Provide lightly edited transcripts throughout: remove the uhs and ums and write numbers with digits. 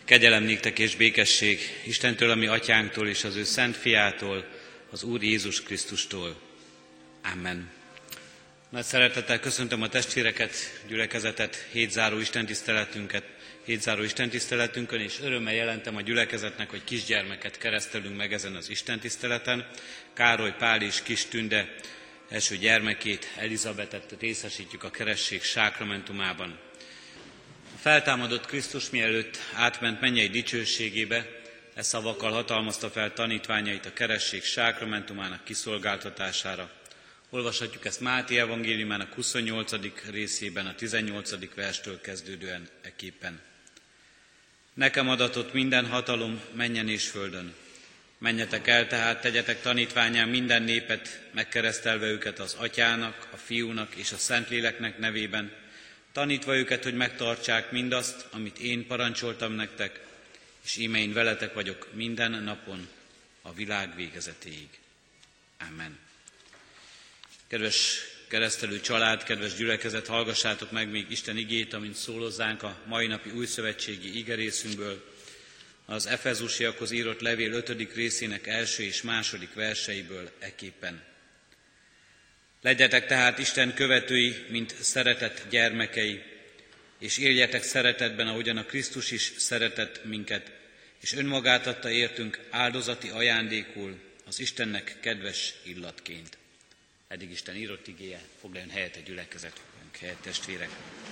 Kegyelem néktek és békesség Istentől, a mi atyánktól és az ő szent fiától, az Úr Jézus Krisztustól. Amen. Nagy szeretettel köszöntöm a testvéreket, gyülekezetet, hétzáró istentiszteletünkön, és örömmel jelentem a gyülekezetnek, hogy kisgyermeket keresztelünk meg ezen az istentiszteleten. Károly Pál és Kis Tünde első gyermekét, Elizabetet részesítjük a keresztség sákramentumában. A feltámadott Krisztus mielőtt átment mennyei dicsőségébe, e szavakkal hatalmazta fel tanítványait a keresztség sákramentumának kiszolgáltatására. Olvashatjuk ezt Máté evangéliumának 28. részében, a 18. verstől kezdődően eképpen. Nekem adatott minden hatalom mennyen és földön. Menjetek el tehát, tegyetek tanítvánnyá minden népet, megkeresztelve őket az Atyának, a Fiúnak és a Szentléleknek nevében, tanítva őket, hogy megtartsák mindazt, amit én parancsoltam nektek, és íme én veletek vagyok minden napon, a világ végezetéig. Amen. Kedves keresztelő család, kedves gyülekezet, hallgassátok meg még Isten igét, amint szólozzánk a mai napi újszövetségi igerészünkből, az Efezusiakhoz írott levél 5. részének első és második verseiből eképpen. Legyetek tehát Isten követői, mint szeretett gyermekei, és éljetek szeretetben, ahogyan a Krisztus is szeretett minket, és önmagát adta értünk áldozati ajándékul, az Istennek kedves illatként. Eddig Isten írott igéje, foglaljon helyet a gyülekezet, foglaljunk helyet, testvérek.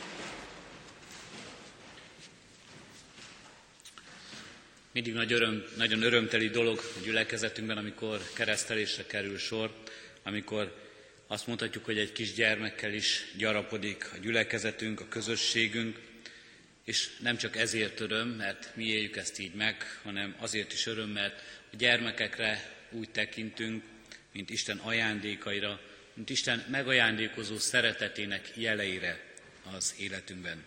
Mindig nagyon örömteli dolog a gyülekezetünkben, amikor keresztelésre kerül sor, amikor azt mondhatjuk, hogy egy kis gyermekkel is gyarapodik a gyülekezetünk, a közösségünk, és nem csak ezért öröm, mert mi éljük ezt így meg, hanem azért is öröm, mert a gyermekekre úgy tekintünk, mint Isten ajándékaira, mint Isten megajándékozó szeretetének jeleire az életünkben.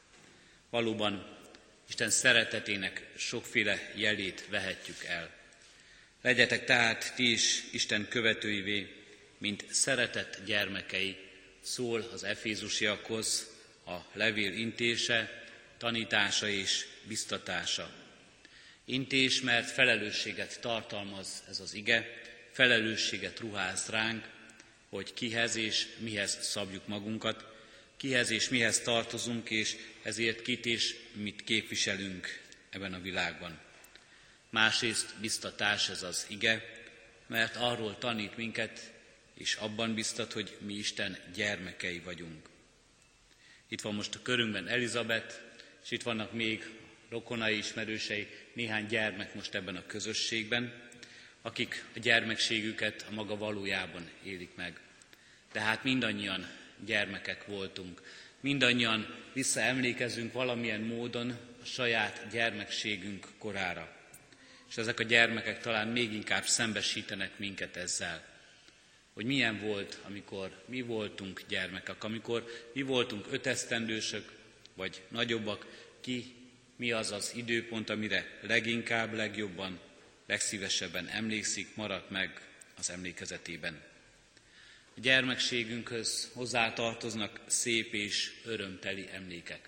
Valóban Isten szeretetének sokféle jelét vehetjük el. Legyetek tehát ti is Isten követőivé, mint szeretett gyermekei, szól az efézusiakhoz a levél intése, tanítása és biztatása. Intés, mert felelősséget tartalmaz ez az ige, felelősséget ruház ránk, hogy kihez és mihez szabjuk magunkat, kihez és mihez tartozunk, és ezért kit és mit képviselünk ebben a világban. Másrészt biztatás ez az ige, mert arról tanít minket, és abban biztat, hogy mi Isten gyermekei vagyunk. Itt van most a körünkben Elizabeth, és itt vannak még rokonai, ismerősei, néhány gyermek most ebben a közösségben, akik a gyermekségüket a maga valójában élik meg. Tehát mindannyian gyermekek voltunk, mindannyian visszaemlékezünk valamilyen módon a saját gyermekségünk korára. És ezek a gyermekek talán még inkább szembesítenek minket ezzel, hogy milyen volt, amikor mi voltunk gyermekek, amikor mi voltunk 5 esztendősök, vagy nagyobbak, mi az az időpont, amire leginkább, legjobban, legszívesebben emlékszik, maradt meg az emlékezetében. A gyermekségünkhöz hozzátartoznak szép és örömteli emlékek.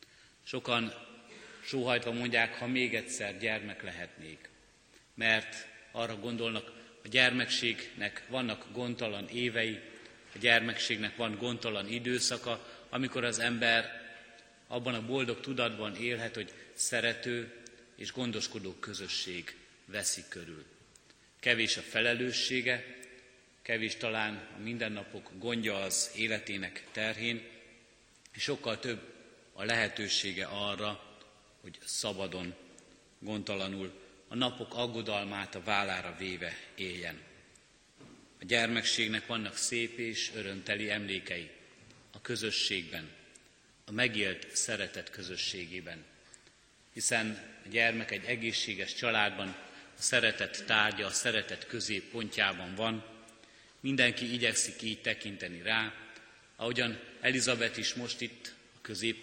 Sokan sóhajtva mondják, ha még egyszer gyermek lehetnék, mert arra gondolnak, a gyermekségnek vannak gondtalan évei, a gyermekségnek van gondtalan időszaka, amikor az ember abban a boldog tudatban élhet, hogy szerető és gondoskodó közösség veszi körül. Kevés a felelőssége, kevés talán a mindennapok gondja az életének terhén, és sokkal több a lehetősége arra, hogy szabadon, gondtalanul a napok aggodalmát a vállára véve éljen. A gyermekségnek vannak szép és örömteli emlékei a közösségben, a megélt szeretet közösségében. Hiszen a gyermek egy egészséges családban a szeretet tárgya, a szeretet középpontjában van. Mindenki igyekszik így tekinteni rá, ahogyan Elizabeth is most itt a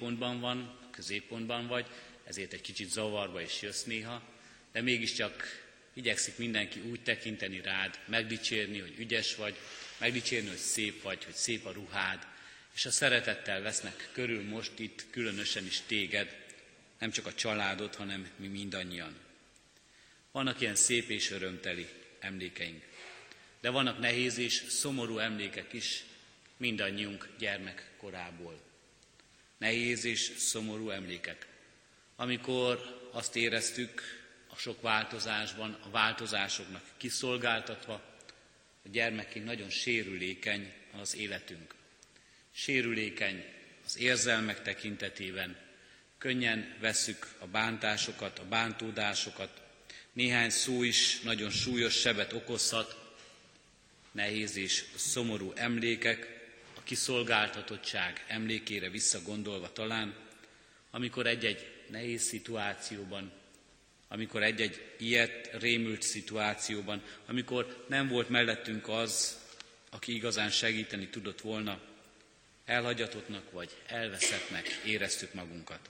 középpontban vagy, ezért egy kicsit zavarba is jössz néha, de mégiscsak igyekszik mindenki úgy tekinteni rád, megdicsérni, hogy ügyes vagy, megdicsérni, hogy szép a ruhád, és a szeretettel vesznek körül most itt különösen is téged, nem csak a családot, hanem mi mindannyian. Vannak ilyen szép és örömteli emlékeink, de vannak nehéz és szomorú emlékek is mindannyiunk gyermekkorából. Nehéz és szomorú emlékek, amikor azt éreztük a sok változásban, a változásoknak kiszolgáltatva, a gyermekként nagyon sérülékeny az életünk. Sérülékeny az érzelmek tekintetében, könnyen vesszük a bántásokat, a bántódásokat, néhány szó is nagyon súlyos sebet okozhat, nehéz és szomorú emlékek, a kiszolgáltatottság emlékére visszagondolva talán, amikor egy-egy nehéz szituációban, amikor egy-egy ilyet rémült szituációban, amikor nem volt mellettünk az, aki igazán segíteni tudott volna, elhagyatottnak vagy elveszettnek éreztük magunkat.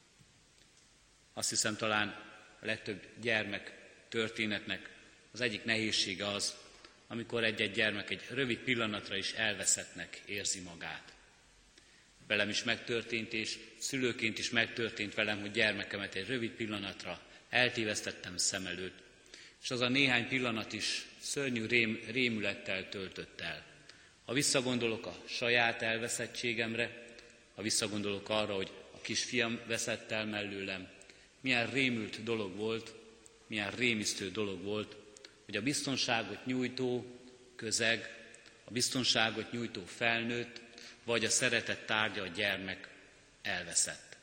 Azt hiszem, talán a legtöbb gyermek történetnek az egyik nehézsége az, amikor egy-egy gyermek egy rövid pillanatra is elveszettnek érzi magát. Velem is megtörtént, és szülőként is megtörtént velem, hogy gyermekemet egy rövid pillanatra eltévesztettem szem előtt, és az a néhány pillanat is szörnyű rémülettel töltött el. Ha visszagondolok a saját elveszettségemre, ha visszagondolok arra, hogy a kisfiam veszett el mellőlem, milyen rémült dolog volt, milyen rémisztő dolog volt, hogy a biztonságot nyújtó közeg, a biztonságot nyújtó felnőtt, vagy a szeretet tárgya a gyermek elveszett.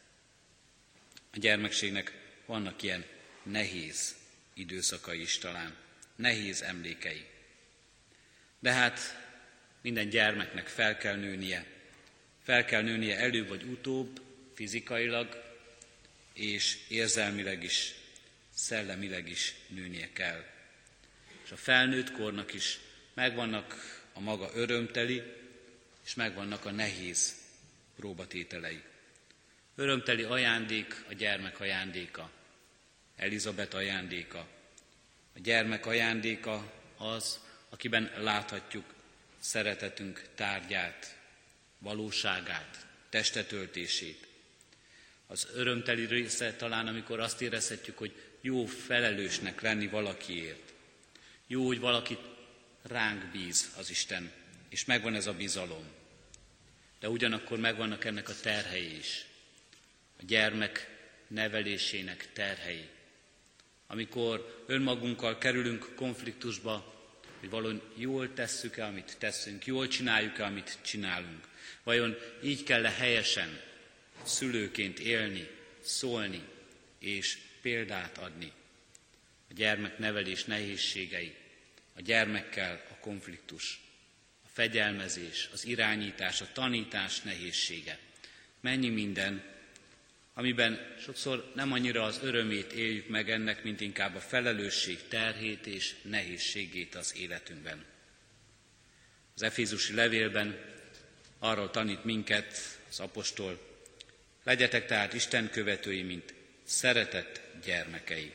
A gyermekségnek vannak ilyen nehéz időszakai is talán, nehéz emlékei. De hát minden gyermeknek fel kell nőnie előbb vagy utóbb, fizikailag és érzelmileg is, szellemileg is nőnie kell. És a felnőtt kornak is megvannak a maga örömteli, és megvannak a nehéz próbatételei. Örömteli ajándék a gyermek ajándéka, Elizabeth ajándéka. A gyermek ajándéka az, akiben láthatjuk szeretetünk tárgyát, valóságát, testetöltését. Az örömteli része talán, amikor azt érezhetjük, hogy jó felelősnek lenni valakiért. Jó, hogy valakit ránk bíz az Isten, és megvan ez a bizalom. De ugyanakkor megvannak ennek a terhei is. A gyermek nevelésének terhei. Amikor önmagunkkal kerülünk konfliktusba, hogy valóban jól tesszük-e, amit teszünk, jól csináljuk-e, amit csinálunk. Vajon így kell-e helyesen szülőként élni, szólni és példát adni. A gyermeknevelés nehézségei, a gyermekkel a konfliktus, a fegyelmezés, az irányítás, a tanítás nehézsége. Mennyi minden, amiben sokszor nem annyira az örömét éljük meg ennek, mint inkább a felelősség terhét és nehézségét az életünkben. Az Efézusi levélben arról tanít minket az apostol: legyetek tehát Isten követői, mint szeretett gyermekei.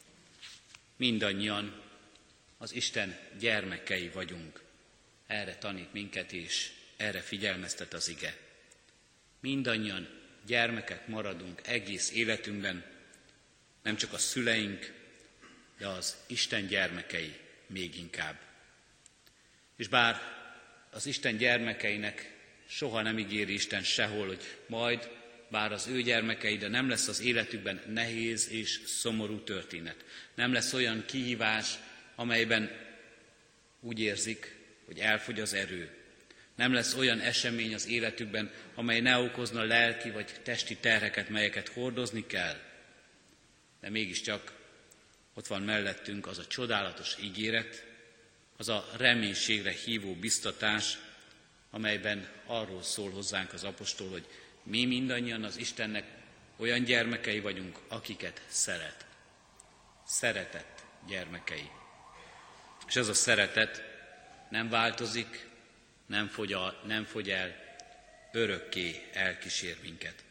Mindannyian az Isten gyermekei vagyunk. Erre tanít minket, és erre figyelmeztet az ige. Mindannyian gyermekek maradunk egész életünkben, nem csak a szüleink, de az Isten gyermekei még inkább. És bár az Isten gyermekeinek soha nem ígéri Isten sehol, hogy majd, bár az ő gyermekei, de nem lesz az életükben nehéz és szomorú történet. Nem lesz olyan kihívás, amelyben úgy érzik, hogy elfogy az erő. Nem lesz olyan esemény az életükben, amely ne okozna lelki vagy testi terheket, melyeket hordozni kell. De mégiscsak ott van mellettünk az a csodálatos ígéret, az a reménységre hívó biztatás, amelyben arról szól hozzánk az apostol, hogy mi mindannyian az Istennek olyan gyermekei vagyunk, akiket szeret. Szeretett gyermekei. És ez a szeretet nem változik, nem fogy el, örökké elkísér minket.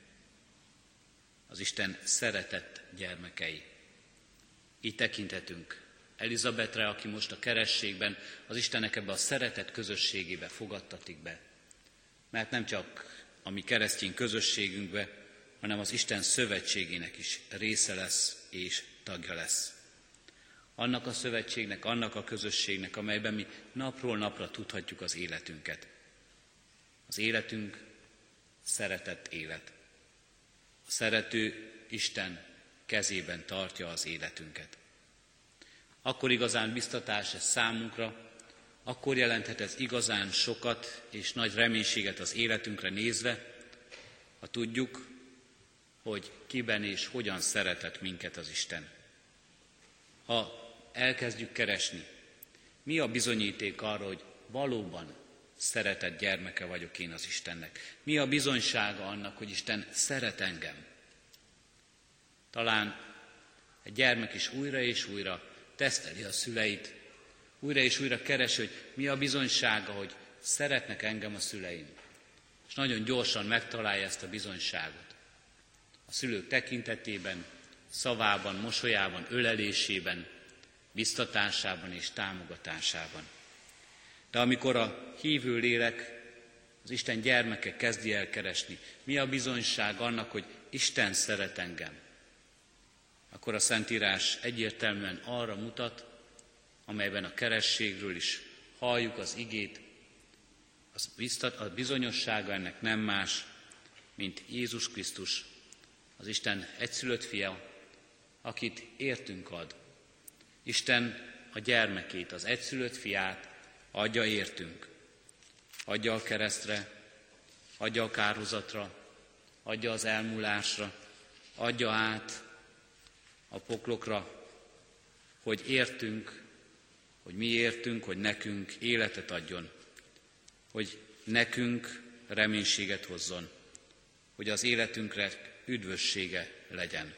Az Isten szeretett gyermekei. Így tekinthetünk Elizabetre, aki most a kerességben az Istennek ebbe a szeretet közösségébe fogadtatik be. Mert nem csak a mi keresztény közösségünkbe, hanem az Isten szövetségének is része lesz és tagja lesz. Annak a szövetségnek, annak a közösségnek, amelyben mi napról napra tudhatjuk az életünket. Az életünk szeretett élet. A szerető Isten kezében tartja az életünket. Akkor igazán biztatás ez számunkra, akkor jelenthet ez igazán sokat és nagy reménységet az életünkre nézve, ha tudjuk, hogy kiben és hogyan szeretett minket az Isten. Ha elkezdjük keresni, mi a bizonyíték arra, hogy valóban szeretett gyermeke vagyok én az Istennek? Mi a bizonysága annak, hogy Isten szeret engem? Talán egy gyermek is újra és újra teszteli a szüleit, újra és újra keresi, hogy mi a bizonysága, hogy szeretnek engem a szüleim. És nagyon gyorsan megtalálja ezt a bizonyságot. A szülők tekintetében, szavában, mosolyában, ölelésében, biztatásában és támogatásában. De amikor a hívő lélek, az Isten gyermeke kezdi el keresni, mi a bizonyság annak, hogy Isten szeret engem, akkor a Szentírás egyértelműen arra mutat, amelyben a kerességről is halljuk az igét, a bizonyossága ennek nem más, mint Jézus Krisztus, az Isten egyszülött fia, akit értünk ad. Isten a gyermekét, az egyszülött fiát adja értünk. Adja a keresztre, adja a kárhozatra, adja az elmúlásra, adja át a poklokra, hogy értünk, hogy mi értünk, hogy nekünk életet adjon, hogy nekünk reménységet hozzon, hogy az életünkre üdvössége legyen.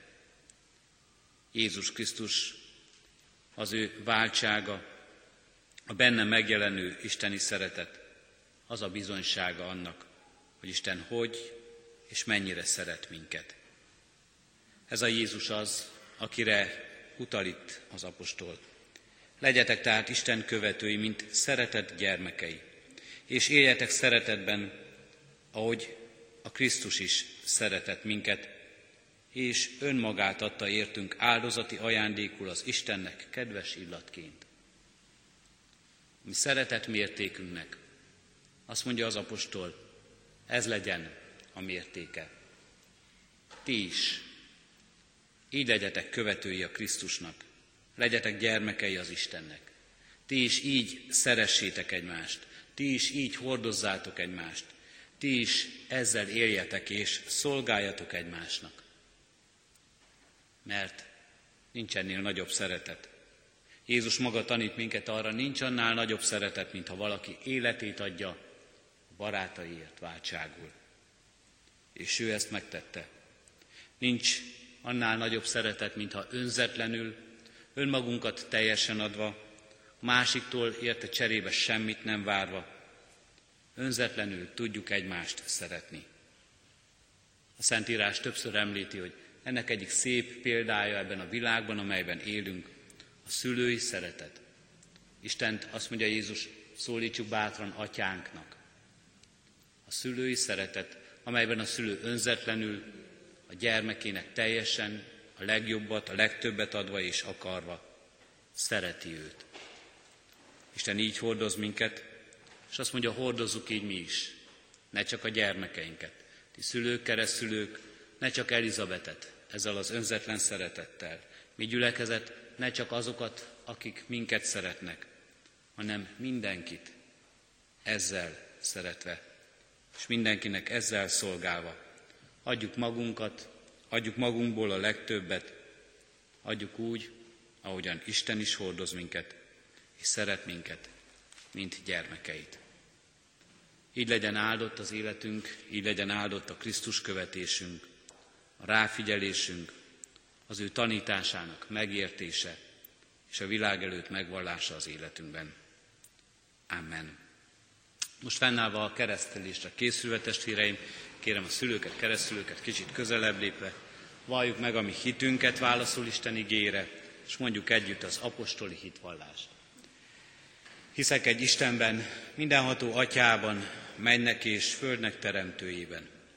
Jézus Krisztus, az ő váltsága, a benne megjelenő isteni szeretet, az a bizonysága annak, hogy Isten hogy és mennyire szeret minket. Ez a Jézus az, akire utal itt az apostol. Legyetek tehát Isten követői, mint szeretett gyermekei, és éljetek szeretetben, ahogy a Krisztus is szeretett minket, és önmagát adta értünk áldozati ajándékul az Istennek kedves illatként. Mi szeretet mértékünknek, azt mondja az apostol, ez legyen a mértéke. Ti is így legyetek követői a Krisztusnak, legyetek gyermekei az Istennek. Ti is így szeressétek egymást, ti is így hordozzátok egymást, ti is ezzel éljetek és szolgáljatok egymásnak. Mert nincs ennél nagyobb szeretet. Jézus maga tanít minket arra, nincs annál nagyobb szeretet, mint ha valaki életét adja a barátaiért váltságul. És ő ezt megtette. Nincs annál nagyobb szeretet, mintha önzetlenül, önmagunkat teljesen adva, a másiktól érte cserébe semmit nem várva, önzetlenül tudjuk egymást szeretni. A Szentírás többször említi, hogy ennek egyik szép példája ebben a világban, amelyben élünk, a szülői szeretet. Istent, azt mondja Jézus, szólítsuk bátran atyánknak. A szülői szeretet, amelyben a szülő önzetlenül, a gyermekének teljesen, a legjobbat, a legtöbbet adva és akarva szereti őt. Isten így hordoz minket, és azt mondja, hordozzuk így mi is, ne csak a gyermekeinket. Ti szülők, keresztszülők, ne csak Elizabetet ezzel az önzetlen szeretettel. Mi gyülekezet, ne csak azokat, akik minket szeretnek, hanem mindenkit ezzel szeretve, és mindenkinek ezzel szolgálva. Adjuk magunkat, adjuk magunkból a legtöbbet, adjuk úgy, ahogyan Isten is hordoz minket, és szeret minket, mint gyermekeit. Így legyen áldott az életünk, így legyen áldott a Krisztus követésünk, a ráfigyelésünk, az ő tanításának megértése és a világ előtt megvallása az életünkben. Amen. Most fennállva a keresztelésre készülve, testvéreim, kérem a szülőket, keresztülőket kicsit közelebb lépve, valljuk meg a mi hitünket, válaszul Isten igére, és mondjuk együtt az apostoli hitvallást. Hiszek egy Istenben, mindenható Atyában, mennek és földnek teremtőjében,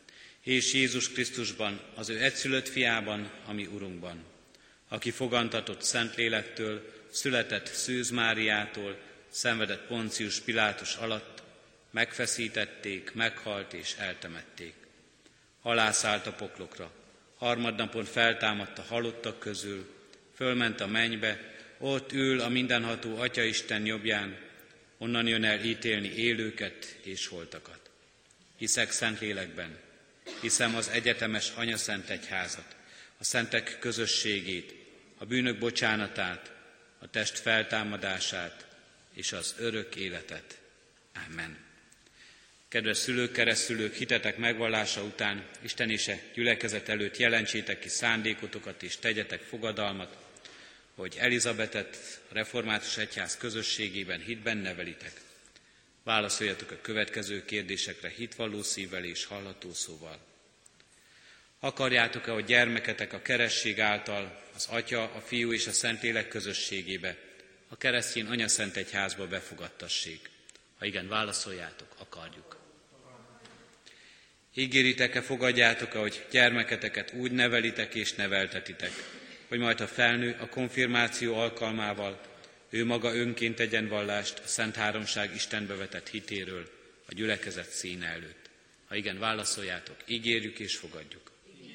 és Jézus Krisztusban, az ő egyszülött fiában, ami Urunkban, aki fogantatott Szentlélektől, született Szűz Máriától, szenvedett Poncius Pilátus alatt, megfeszítették, meghalt és eltemették. Alászállt a poklokra, harmadnapon feltámadt a halottak közül, fölment a mennybe, ott ül a mindenható Atyaisten jobbján, onnan jön el ítélni élőket és holtakat. Hiszek Szentlélekben, hiszem az egyetemes Anyaszent Egyházat, a szentek közösségét, a bűnök bocsánatát, a test feltámadását és az örök életet. Amen. Kedves szülők, keresztszülők, hitetek megvallása után istenése gyülekezet előtt jelentsétek ki szándékotokat és tegyetek fogadalmat, hogy Elizabetet a Református Egyház közösségében hitben nevelitek. Válaszoljatok a következő kérdésekre hitvalló szívvel és hallható szóval. Akarjátok-e, hogy gyermeketek a keresztség által az Atya, a Fiú és a Szentlélek közösségébe, a keresztény Anyaszent Egyházba befogadtassék? Ha igen, válaszoljátok, akarjuk. Ígéritek-e, fogadjátok-e, hogy gyermeketeket úgy nevelitek és neveltetitek, hogy majd a felnő a konfirmáció alkalmával ő maga önként tegyen vallást a Szent Háromság Istenbe vetett hitéről a gyülekezet színe előtt? Ha igen, válaszoljátok, ígérjük és fogadjuk.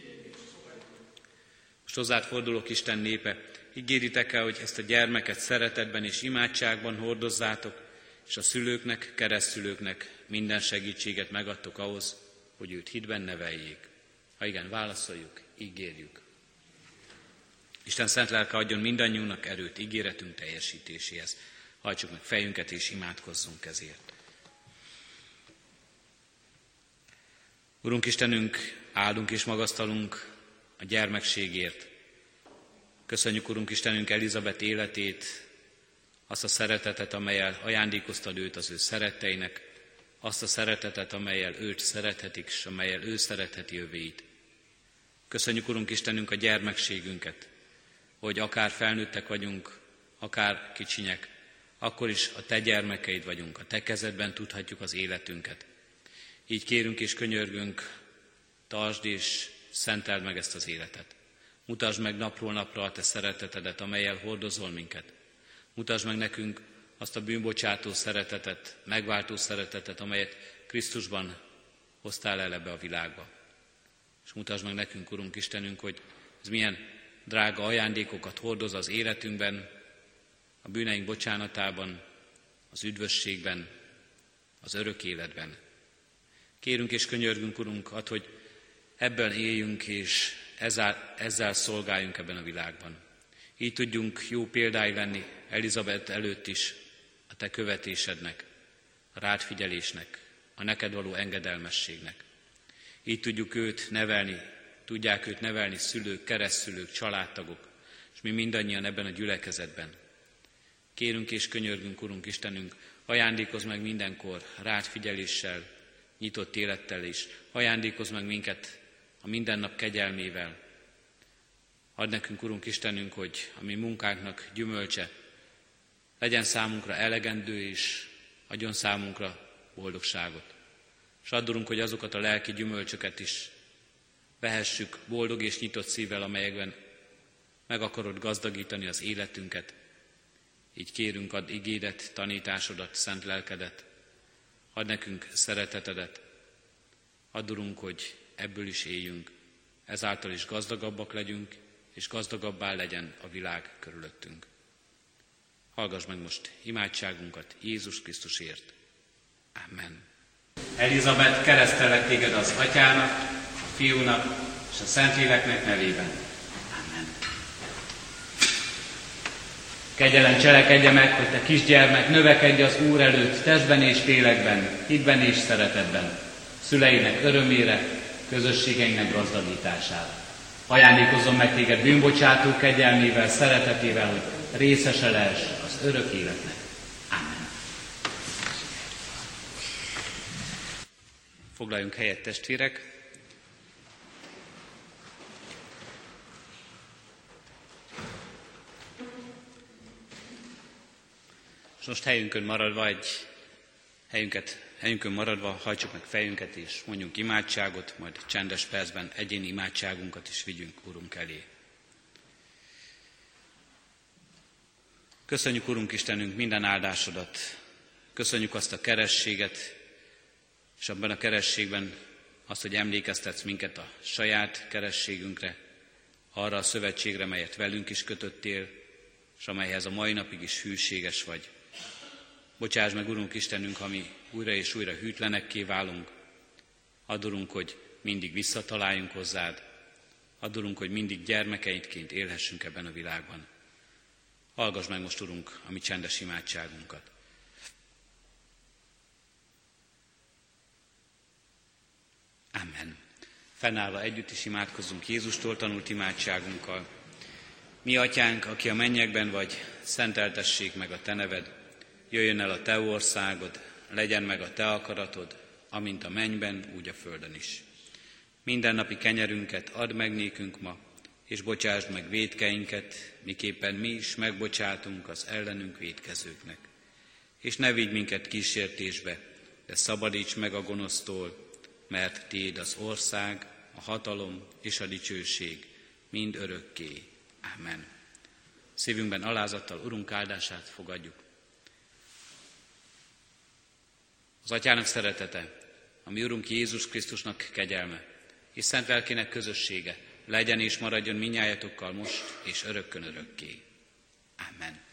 Most hozzád fordulok, Isten népe, ígéritek-e, hogy ezt a gyermeket szeretetben és imádságban hordozzátok, és a szülőknek, keresztszülőknek minden segítséget megadtok ahhoz, hogy őt hitben neveljék? Ha igen, válaszoljuk, ígérjük. Isten szent lelke adjon mindannyiunknak erőt ígéretünk teljesítéséhez. Hajtsuk meg fejünket és imádkozzunk ezért. Urunk Istenünk, áldunk és magasztalunk a gyermekségért. Köszönjük, Urunk Istenünk, Elizabeth életét, azt a szeretetet, amellyel ajándékoztad őt az ő szeretteinek, azt a szeretetet, amellyel őt szerethetik, és amellyel ő szeretheti övéit. Köszönjük, Urunk Istenünk, a gyermekségünket, hogy akár felnőttek vagyunk, akár kicsinyek, akkor is a te gyermekeid vagyunk, a te kezedben tudhatjuk az életünket. Így kérünk és könyörgünk, tartsd és szenteld meg ezt az életet. Mutasd meg napról napra a te szeretetedet, amellyel hordozol minket. Mutasd meg nekünk azt a bűnbocsátó szeretetet, megváltó szeretetet, amelyet Krisztusban hoztál el ebbe a világba. És mutasd meg nekünk, Urunk Istenünk, hogy ez milyen drága ajándékokat hordoz az életünkben, a bűneink bocsánatában, az üdvösségben, az örök életben. Kérünk és könyörgünk, Urunk, add, hogy ebben éljünk és ezzel szolgáljunk ebben a világban. Így tudjunk jó példái lenni Elizabeth előtt is a te követésednek, a rád figyelésnek, a neked való engedelmességnek. Így tudjuk őt nevelni, tudják őt nevelni szülők, keresztszülők, családtagok, és mi mindannyian ebben a gyülekezetben. Kérünk és könyörgünk, Urunk Istenünk, ajándékozz meg mindenkor rád figyeléssel, nyitott élettel is, ajándékozz meg minket a mindennap kegyelmével. Add nekünk, Urunk Istenünk, hogy a mi munkánknak gyümölcse legyen számunkra elegendő, és adjon számunkra boldogságot. És add, Urunk, hogy azokat a lelki gyümölcsöket is vehessük boldog és nyitott szívvel, amelyekben meg akarod gazdagítani az életünket. Így kérünk, add igédet, tanításodat, szent lelkedet, add nekünk szeretetedet, add, Urunk, hogy ebből is éljünk, ezáltal is gazdagabbak legyünk, és gazdagabbá legyen a világ körülöttünk. Hallgass meg most imádságunkat Jézus Krisztusért. Amen. Elizabeth, keresztellek téged az Atyának, a Fiúnak és a Szentléleknek nevében. Amen. Kegyelem cselekedje meg, hogy te kisgyermek növekedj az Úr előtt testben és lélekben, hitben és szeretetben, szüleinek örömére, közösségeinek gazdagítására. Ajándékozzon meg téged bűnbocsátó kegyelmével, szeretetével, hogy részese lehess az örök életnek. Amen. Foglaljunk helyet, testvérek. És most helyünkön maradva egy helyünket helyünkön maradva hajtsuk meg fejünket és mondjunk imádságot, majd csendes percben egyéni imádságunkat is vigyünk Urunk elé. Köszönjük, Urunk Istenünk, minden áldásodat. Köszönjük azt a kerességet, és abban a kerességben azt, hogy emlékeztetsz minket a saját kerességünkre, arra a szövetségre, melyet velünk is kötöttél, és amelyhez a mai napig is hűséges vagy. Bocsáss meg, Urunk Istenünk, ha mi újra és újra hűtlenekké válunk. Add, Urunk, hogy mindig visszataláljunk hozzád. Add, Urunk, hogy mindig gyermekeidként élhessünk ebben a világban. Hallgass meg most, Urunk, a mi csendes imádságunkat. Amen. Fennállva együtt is imádkozzunk Jézustól tanult imádságunkkal. Mi atyánk, aki a mennyekben vagy, szenteltessék meg a te neved. Jöjjön el a te országod, legyen meg a te akaratod, amint a mennyben, úgy a földön is. Mindennapi kenyerünket add meg nékünk ma, és bocsásd meg vétkeinket, miképpen mi is megbocsátunk az ellenünk vétkezőknek. És ne vigy minket kísértésbe, de szabadíts meg a gonosztól, mert tiéd az ország, a hatalom és a dicsőség mind örökké. Amen. Szívünkben alázattal Urunk áldását fogadjuk. Az Atyának szeretete, a mi Urunk Jézus Krisztusnak kegyelme, és szent lelkének közössége legyen és maradjon mindnyájatokkal most és örökkön örökké. Amen.